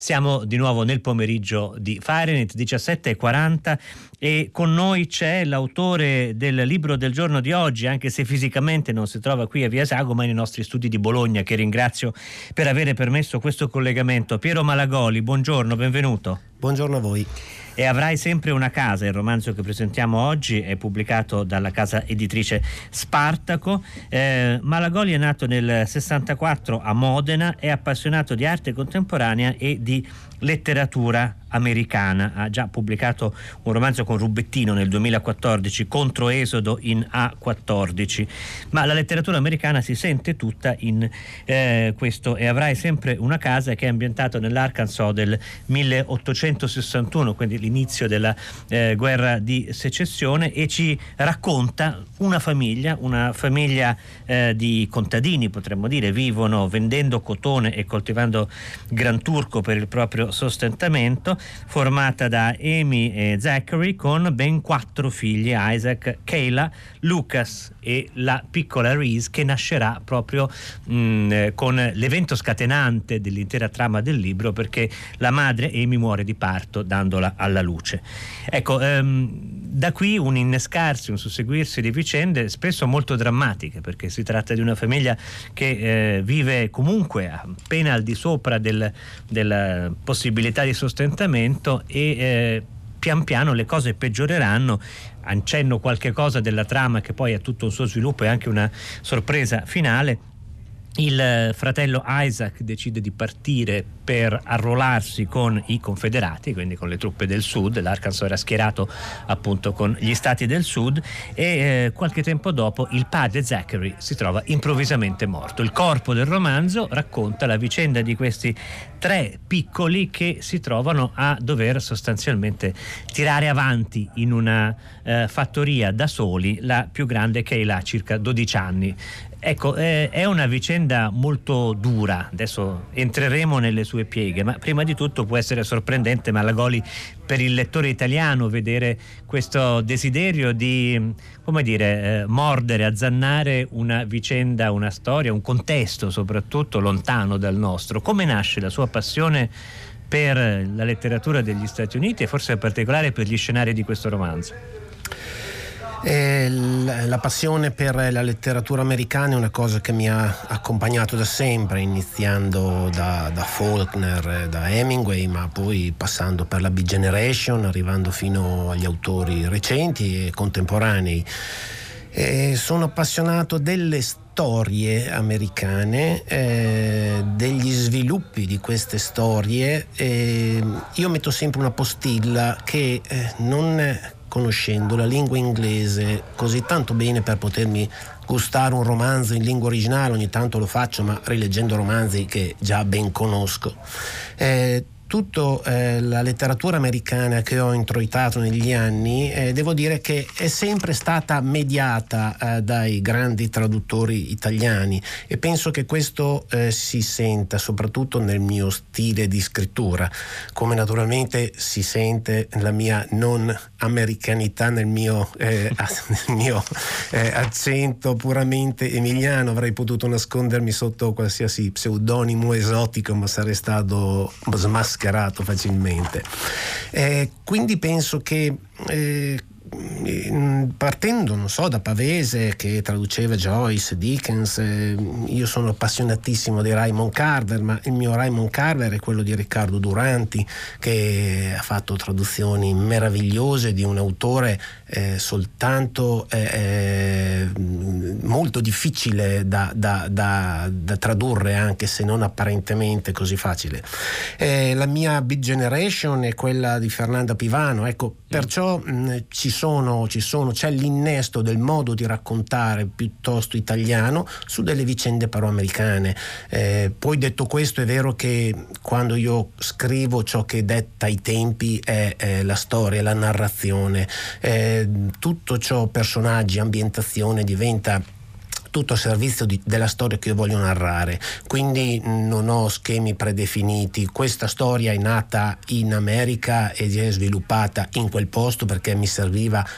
Siamo di nuovo nel pomeriggio di Fahrenheit 17:40 e con noi c'è l'autore del libro del giorno di oggi, anche se fisicamente non si trova qui a Via Sago ma nei nostri studi di Bologna, che ringrazio per avere permesso questo collegamento. Piero Malagoli, buongiorno, benvenuto. Buongiorno a voi. E Avrai sempre una casa, il romanzo che presentiamo oggi è pubblicato dalla casa editrice Spartaco. Malagoli è nato nel 64 a Modena, è appassionato di arte contemporanea e di letteratura americana. Ha già pubblicato un romanzo con Rubettino nel 2014, Contro Esodo in A14, ma la letteratura americana si sente tutta in questo E avrai sempre una casa, che è ambientato nell'Arkansas del 1861, quindi l'inizio della guerra di secessione, e ci racconta una famiglia di contadini, potremmo dire, vivono vendendo cotone e coltivando granturco per il proprio sostentamento, formata da Amy e Zachary, con ben 4 figli: Isaac, Kayla, Lucas e la piccola Reese, che nascerà proprio con l'evento scatenante dell'intera trama del libro, perché la madre Amy muore di parto dandola alla luce. Ecco, da qui un innescarsi, un susseguirsi di vicende spesso molto drammatiche, perché si tratta di una famiglia che vive comunque appena al di sopra della possibilità di sostentamento e pian piano le cose peggioreranno. Accenno qualche cosa della trama, che poi ha tutto un suo sviluppo e anche una sorpresa finale. Il fratello Isaac decide di partire per arruolarsi con i confederati, quindi con le truppe del sud. L'Arkansas era schierato appunto con gli stati del sud, e qualche tempo dopo il padre Zachary si trova improvvisamente morto. Il corpo del romanzo racconta la vicenda di questi 3 piccoli che si trovano a dover sostanzialmente tirare avanti in una fattoria da soli, la più grande Kayla ha circa 12 anni. Ecco, è una vicenda molto dura, adesso entreremo nelle sue pieghe, ma prima di tutto può essere sorprendente, Malagoli, per il lettore italiano vedere questo desiderio di, come dire, mordere, azzannare una vicenda, una storia, un contesto soprattutto lontano dal nostro. Come nasce la sua passione per la letteratura degli Stati Uniti e forse in particolare per gli scenari di questo romanzo? La passione per la letteratura americana è una cosa che mi ha accompagnato da sempre, iniziando da Faulkner, da Hemingway, ma poi passando per la Beat Generation, arrivando fino agli autori recenti e contemporanei. Sono appassionato delle storie americane, degli sviluppi di queste storie. Io metto sempre una postilla che non conoscendo la lingua inglese così tanto bene per potermi gustare un romanzo in lingua originale, ogni tanto lo faccio, ma rileggendo romanzi che già ben conosco. La letteratura americana che ho introitato negli anni, devo dire che è sempre stata mediata dai grandi traduttori italiani, e penso che questo si senta soprattutto nel mio stile di scrittura, come naturalmente si sente la mia non americanità nel mio accento puramente emiliano. Avrei potuto nascondermi sotto qualsiasi pseudonimo esotico, ma sarei stato smascherato facilmente. Quindi penso che partendo, non so, da Pavese, che traduceva Joyce, Dickens, io sono appassionatissimo di Raymond Carver, ma il mio Raymond Carver è quello di Riccardo Duranti, che ha fatto traduzioni meravigliose di un autore soltanto molto difficile da tradurre, anche se non apparentemente così facile. La mia Beat Generation è quella di Fernanda Pivano, ecco, perciò c'è l'innesto del modo di raccontare piuttosto italiano su delle vicende però americane. Poi, detto questo, è vero che quando io scrivo, ciò che detta i tempi è la storia, la narrazione, tutto ciò, personaggi, ambientazione, diventa tutto a servizio della storia che io voglio narrare, quindi non ho schemi predefiniti. Questa storia è nata in America e si è sviluppata in quel posto perché mi serviva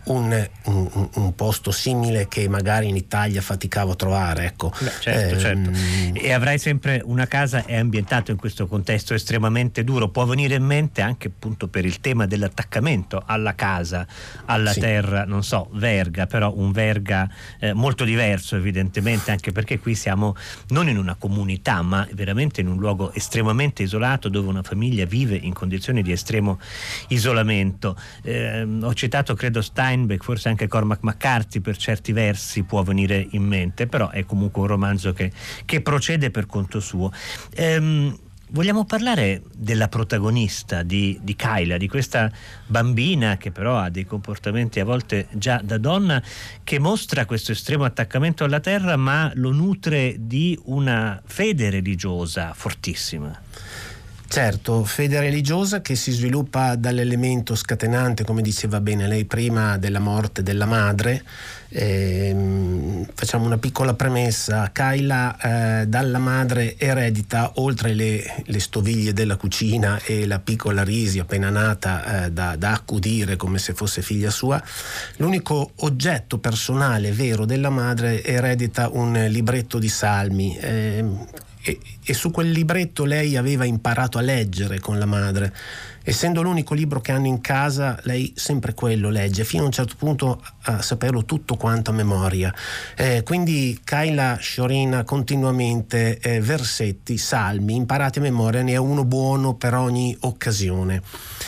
un posto simile che magari in Italia faticavo a trovare, ecco. Beh, certo. E avrai sempre una casa, è ambientato in questo contesto estremamente duro. Può venire in mente anche appunto per il tema dell'attaccamento alla casa, alla terra, non so, Verga, però un Verga molto diverso evidentemente, anche perché qui siamo non in una comunità ma veramente in un luogo estremamente isolato, dove una famiglia vive in condizioni di estremo isolamento. Ho citato credo Steinbeck, forse anche Cormac McCarthy per certi versi può venire in mente, però è comunque un romanzo che procede per conto suo. Vogliamo parlare della protagonista di Kyla, di questa bambina che però ha dei comportamenti a volte già da donna, che mostra questo estremo attaccamento alla terra, ma lo nutre di una fede religiosa fortissima. Certo, fede religiosa che si sviluppa dall'elemento scatenante, come diceva bene lei prima, della morte della madre. Facciamo una piccola premessa. Kyla dalla madre eredita, oltre le stoviglie della cucina e la piccola Risi appena nata da accudire come se fosse figlia sua, l'unico oggetto personale vero della madre, eredita un libretto di salmi. E su quel libretto lei aveva imparato a leggere con la madre. Essendo l'unico libro che hanno in casa, lei sempre quello legge, fino a un certo punto a saperlo tutto quanto a memoria. Quindi Kyla sciorina continuamente versetti, salmi, imparati a memoria, ne ha uno buono per ogni occasione.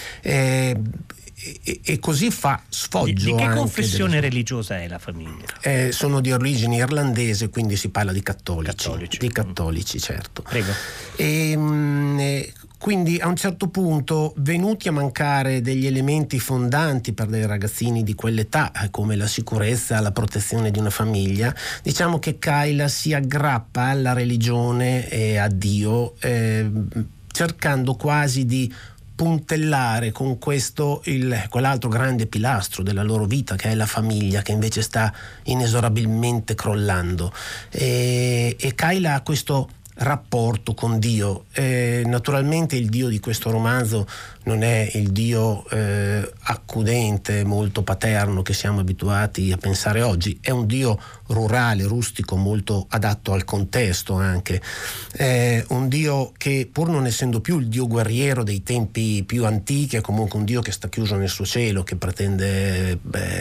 E così fa sfoggio. Di che confessione religiosa è la famiglia? Sono di origine irlandese, quindi si parla di cattolici. Di cattolici, certo. Prego. Quindi a un certo punto, venuti a mancare degli elementi fondanti per dei ragazzini di quell'età, come la sicurezza, la protezione di una famiglia, diciamo che Kyla si aggrappa alla religione e a Dio, cercando quasi di puntellare con questo quell'altro grande pilastro della loro vita, che è la famiglia, che invece sta inesorabilmente crollando. E Kyla ha questo rapporto con Dio. Naturalmente il Dio di questo romanzo non è il Dio accudente, molto paterno che siamo abituati a pensare oggi, è un Dio rurale, rustico, molto adatto al contesto anche. È un Dio che, pur non essendo più il Dio guerriero dei tempi più antichi, è comunque un Dio che sta chiuso nel suo cielo, che pretende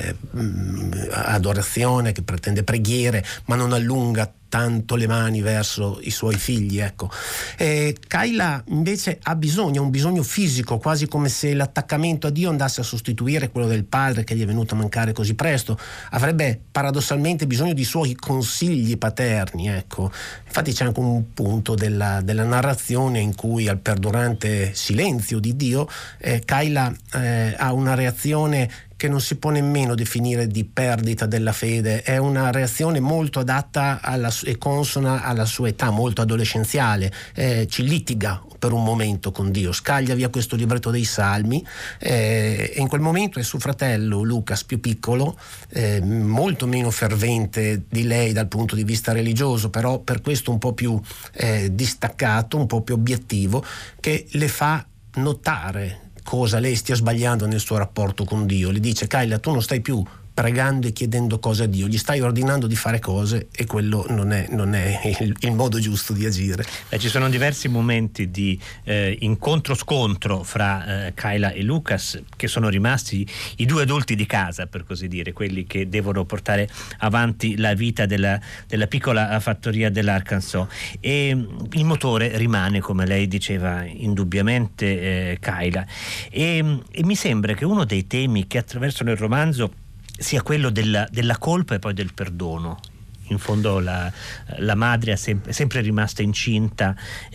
adorazione, che pretende preghiere, ma non allunga tanto le mani verso i suoi figli, ecco. Kyla invece ha un bisogno fisico, quasi come se l'attaccamento a Dio andasse a sostituire quello del padre che gli è venuto a mancare così presto. Avrebbe paradossalmente bisogno di suoi consigli paterni, ecco. Infatti c'è anche un punto della narrazione in cui, al perdurante silenzio di Dio, Kyla ha una reazione che non si può nemmeno definire di perdita della fede, è una reazione molto adatta e consona alla sua età, molto adolescenziale. Ci litiga per un momento con Dio, scaglia via questo libretto dei salmi, e in quel momento è suo fratello Lucas, più piccolo, molto meno fervente di lei dal punto di vista religioso, però per questo un po' più distaccato, un po' più obiettivo, che le fa notare cosa lei stia sbagliando nel suo rapporto con Dio. Le dice: Kyla, tu non stai più pregando e chiedendo cose a Dio, gli stai ordinando di fare cose, e quello non è il modo giusto di agire. Ci sono diversi momenti di incontro-scontro fra Kyla e Lucas, che sono rimasti i due adulti di casa, per così dire, quelli che devono portare avanti la vita della piccola fattoria dell'Arkansas, e il motore rimane, come lei diceva, indubbiamente Kyla, e mi sembra che uno dei temi che attraversano il romanzo sia quello della colpa e poi del perdono. In fondo la madre è sempre rimasta incinta,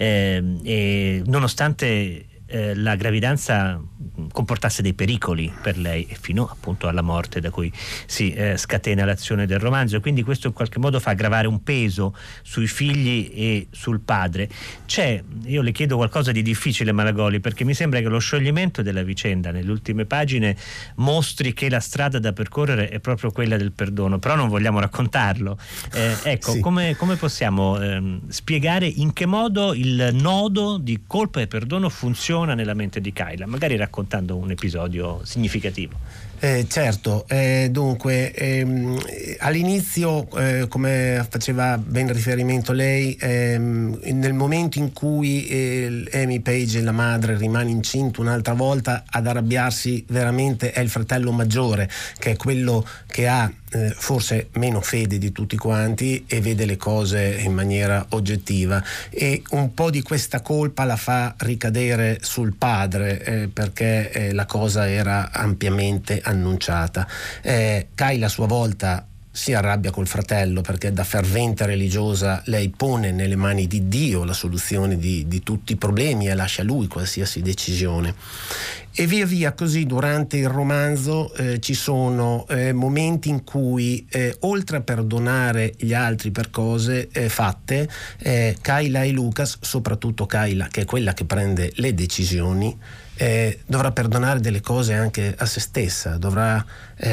e nonostante la gravidanza comportasse dei pericoli per lei, e fino appunto alla morte da cui si scatena l'azione del romanzo, e quindi questo in qualche modo fa gravare un peso sui figli e sul padre. Io le chiedo qualcosa di difficile, Malagoli, perché mi sembra che lo scioglimento della vicenda nelle ultime pagine mostri che la strada da percorrere è proprio quella del perdono, però non vogliamo raccontarlo. Ecco, sì. Come possiamo spiegare in che modo il nodo di colpa e perdono funziona nella mente di Kyla, magari raccontando raccontando un episodio significativo. Certo, dunque all'inizio, come faceva ben riferimento lei, nel momento in cui Amy Page, la madre, rimane incinta un'altra volta, ad arrabbiarsi veramente è il fratello maggiore, che è quello che ha forse meno fede di tutti quanti e vede le cose in maniera oggettiva, e un po' di questa colpa la fa ricadere sul padre, perché la cosa era ampiamente annunciata. Kayla a sua volta si arrabbia col fratello perché da fervente religiosa lei pone nelle mani di Dio la soluzione di tutti i problemi e lascia a lui qualsiasi decisione. E via via così durante il romanzo ci sono momenti in cui oltre a perdonare gli altri per cose fatte, Kayla e Lucas, soprattutto Kayla che è quella che prende le decisioni, dovrà perdonare delle cose anche a se stessa, dovrà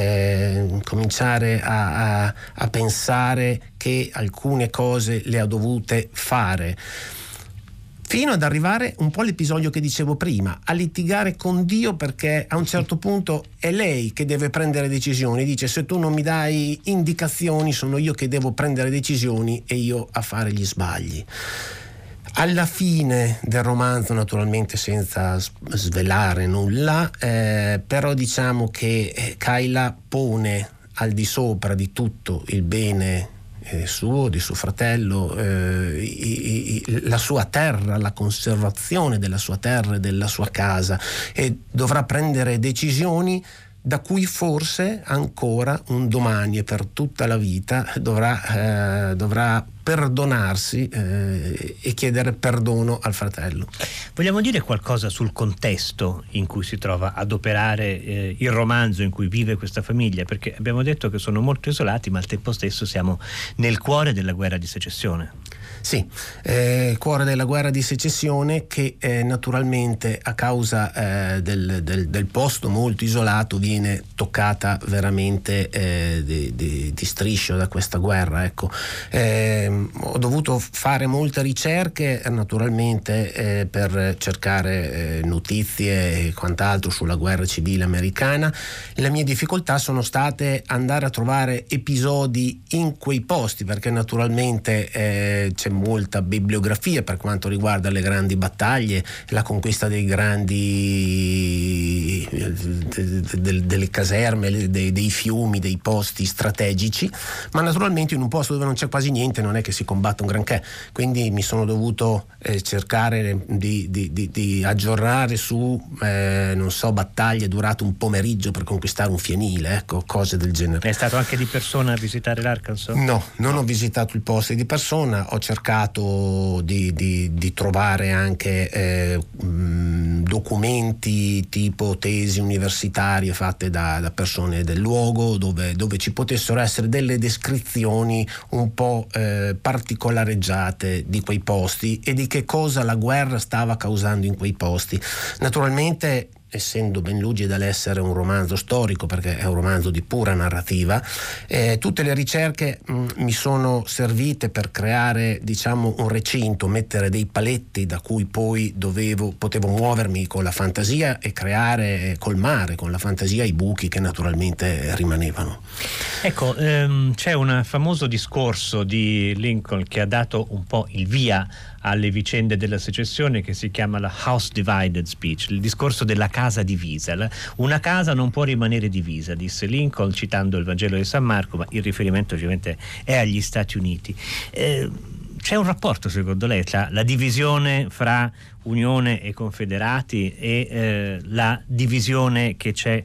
cominciare a pensare che alcune cose le ha dovute fare, fino ad arrivare un po' all'episodio che dicevo prima, a litigare con Dio, perché a un certo punto è lei che deve prendere decisioni. Dice: se tu non mi dai indicazioni sono io che devo prendere decisioni e io a fare gli sbagli. Alla fine del romanzo, naturalmente senza svelare nulla, però diciamo che Kayla pone al di sopra di tutto il bene suo, di suo fratello, la sua terra, la conservazione della sua terra e della sua casa, e dovrà prendere decisioni da cui forse ancora un domani e per tutta la vita dovrà perdonarsi e chiedere perdono al fratello. Vogliamo dire qualcosa sul contesto in cui si trova ad operare il romanzo, in cui vive questa famiglia? Perché abbiamo detto che sono molto isolati, ma al tempo stesso siamo nel cuore della guerra di secessione. Sì, cuore della guerra di secessione che naturalmente a causa del posto molto isolato viene toccata veramente di striscio da questa guerra. Ecco. Ho dovuto fare molte ricerche naturalmente per cercare notizie e quant'altro sulla guerra civile americana. Le mie difficoltà sono state andare a trovare episodi in quei posti, perché naturalmente c'è molta bibliografia per quanto riguarda le grandi battaglie, la conquista dei grandi delle caserme, dei fiumi, dei posti strategici, ma naturalmente in un posto dove non c'è quasi niente non è che si combatta un granché, quindi mi sono dovuto cercare di aggiornare su non so, battaglie durate un pomeriggio per conquistare un fienile, ecco, cose del genere. È stato anche di persona a visitare l'Arkansas? No, non ho visitato il posto di persona, ho cercato di trovare anche documenti tipo tesi universitarie fatte da persone del luogo, dove ci potessero essere delle descrizioni un po' particolareggiate di quei posti e di che cosa la guerra stava causando in quei posti. Naturalmente, essendo ben lungi dall'essere un romanzo storico, perché è un romanzo di pura narrativa, tutte le ricerche mi sono servite per creare, diciamo, un recinto, mettere dei paletti da cui poi potevo muovermi con la fantasia e creare, colmare con la fantasia i buchi che naturalmente rimanevano. Ecco, c'è un famoso discorso di Lincoln che ha dato un po' il via alle vicende della secessione, che si chiama la House Divided Speech, il discorso della casa divisa. Una casa non può rimanere divisa, disse Lincoln citando il Vangelo di San Marco, ma il riferimento ovviamente è agli Stati Uniti. C'è un rapporto, secondo lei, tra la divisione fra Unione e Confederati e la divisione che c'è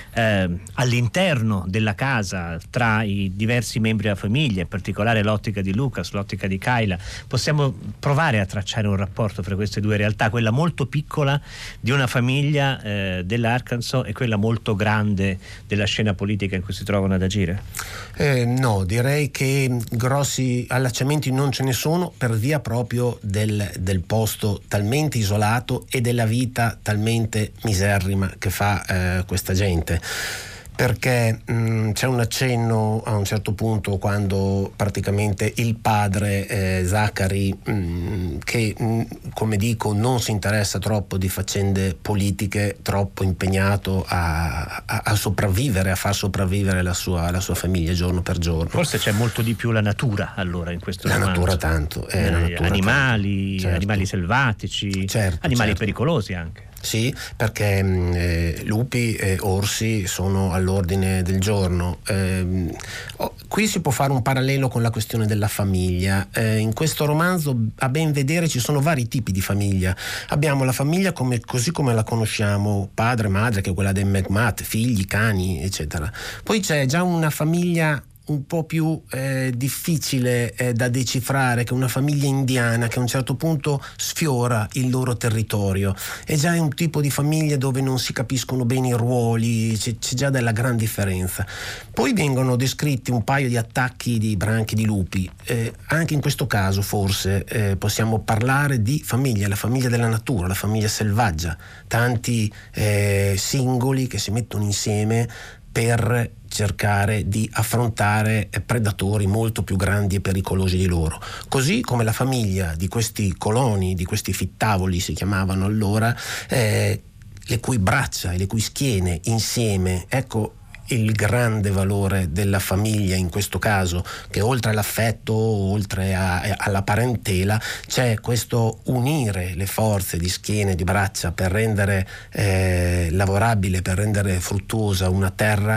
all'interno della casa tra i diversi membri della famiglia, in particolare l'ottica di Lucas, l'ottica di Kayla? Possiamo provare a tracciare un rapporto fra queste due realtà, quella molto piccola di una famiglia dell'Arkansas e quella molto grande della scena politica in cui si trovano ad agire? No, direi che grossi allacciamenti non ce ne sono, per via proprio del posto talmente isolato e della vita talmente miserrima che fa questa gente. Perché c'è un accenno a un certo punto quando praticamente il padre Zachary, che come dico non si interessa troppo di faccende politiche, troppo impegnato a sopravvivere, a far sopravvivere la sua famiglia giorno per giorno. Forse c'è molto di più la natura allora in questo romanzo. Natura tanto, la natura animali, tanto. Certo. Animali selvatici, certo, animali certo. pericolosi anche. Sì, perché lupi e orsi sono all'ordine del giorno. Qui si può fare un parallelo con la questione della famiglia. In questo romanzo, a ben vedere, ci sono vari tipi di famiglia. Abbiamo la famiglia così come la conosciamo, padre, madre, che è quella dei McMath, figli, cani, eccetera. Poi c'è già una famiglia un po' più difficile da decifrare, che è una famiglia indiana che a un certo punto sfiora il loro territorio. È già un tipo di famiglia dove non si capiscono bene i ruoli, c'è già della gran differenza. Poi vengono descritti un paio di attacchi di branchi di lupi. Anche in questo caso forse possiamo parlare di famiglia, la famiglia della natura, la famiglia selvaggia, tanti singoli che si mettono insieme per cercare di affrontare predatori molto più grandi e pericolosi di loro. Così come la famiglia di questi coloni, di questi fittavoli si chiamavano allora, le cui braccia e le cui schiene insieme, ecco il grande valore della famiglia in questo caso, che oltre all'affetto, oltre alla parentela, c'è questo unire le forze di schiene, di braccia per rendere lavorabile, per rendere fruttuosa una terra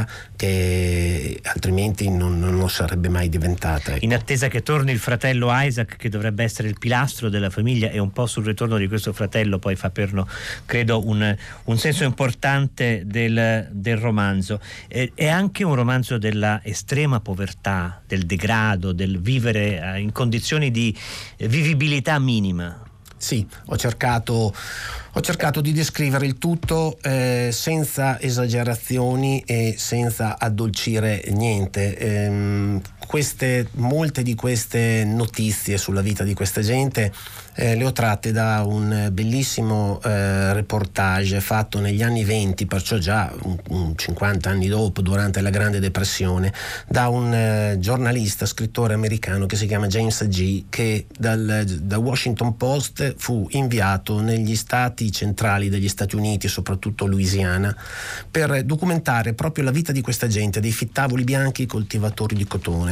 che altrimenti non sarebbe mai diventata. Ecco. In attesa che torni il fratello Isaac, che dovrebbe essere il pilastro della famiglia, e un po' sul ritorno di questo fratello poi fa credo un senso importante del romanzo. È anche un romanzo della estrema povertà, del degrado, del vivere in condizioni di vivibilità minima. Sì, ho cercato di descrivere il tutto senza esagerazioni e senza addolcire niente. Molte di queste notizie sulla vita di questa gente le ho tratte da un bellissimo reportage fatto negli anni 20, perciò già 50 anni dopo, durante la Grande Depressione, da un giornalista, scrittore americano che si chiama James Agee, che da Washington Post fu inviato negli stati centrali degli Stati Uniti, soprattutto Louisiana, per documentare proprio la vita di questa gente, dei fittavoli bianchi coltivatori di cotone.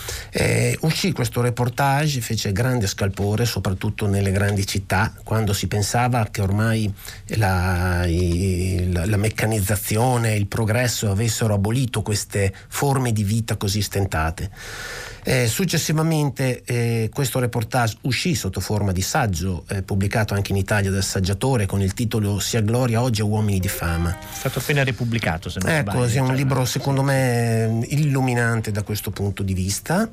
Uscì questo reportage, fece grande scalpore soprattutto nelle grandi città, quando si pensava che ormai la meccanizzazione e il progresso avessero abolito queste forme di vita così stentate. Successivamente questo reportage uscì sotto forma di saggio, pubblicato anche in Italia dal Saggiatore, con il titolo Sia gloria oggi a uomini di fama. È stato appena ripubblicato, se non sbaglio. Ecco, è un libro secondo me illuminante da questo punto di vista.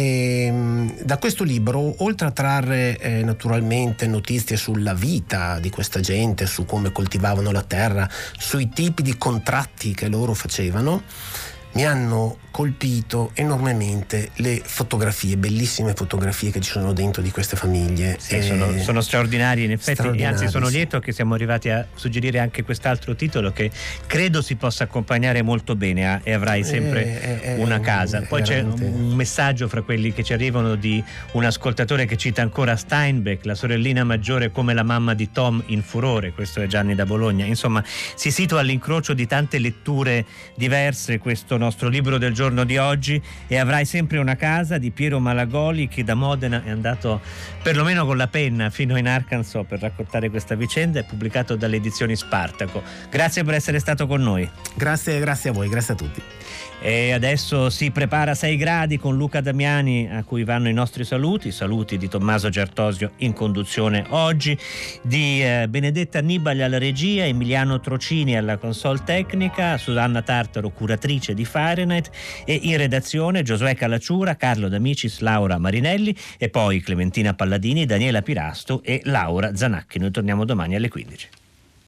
Da questo libro, oltre a trarre naturalmente notizie sulla vita di questa gente, su come coltivavano la terra, sui tipi di contratti che loro facevano, mi hanno colpito enormemente le fotografie, bellissime fotografie che ci sono dentro di queste famiglie. Sì, sono straordinarie in effetti, e anzi sono lieto che siamo arrivati a suggerire anche quest'altro titolo che credo si possa accompagnare molto bene a E avrai sempre una casa. Poi c'è un messaggio fra quelli che ci arrivano di un ascoltatore che cita ancora Steinbeck, la sorellina maggiore come la mamma di Tom in Furore, questo è Gianni da Bologna. Insomma, si situa all'incrocio di tante letture diverse questo nostro libro del giorno di oggi, E avrai sempre una casa, di Piero Malagoli, che da Modena è andato perlomeno con la penna fino in Arkansas per raccontare questa vicenda, è pubblicato dalle edizioni Spartaco. Grazie per essere stato con noi. Grazie a voi, grazie a tutti. E adesso si prepara 6 gradi con Luca Damiani, a cui vanno i nostri saluti di Tommaso Giartosio in conduzione oggi, di Benedetta Annibali alla regia, Emiliano Trocini alla console tecnica, Susanna Tartaro curatrice di Fahrenheit, e in redazione Giosuè Calacciura, Carlo D'Amicis, Laura Marinelli e poi Clementina Palladini, Daniela Pirasto e Laura Zanacchi. Noi torniamo domani alle 15.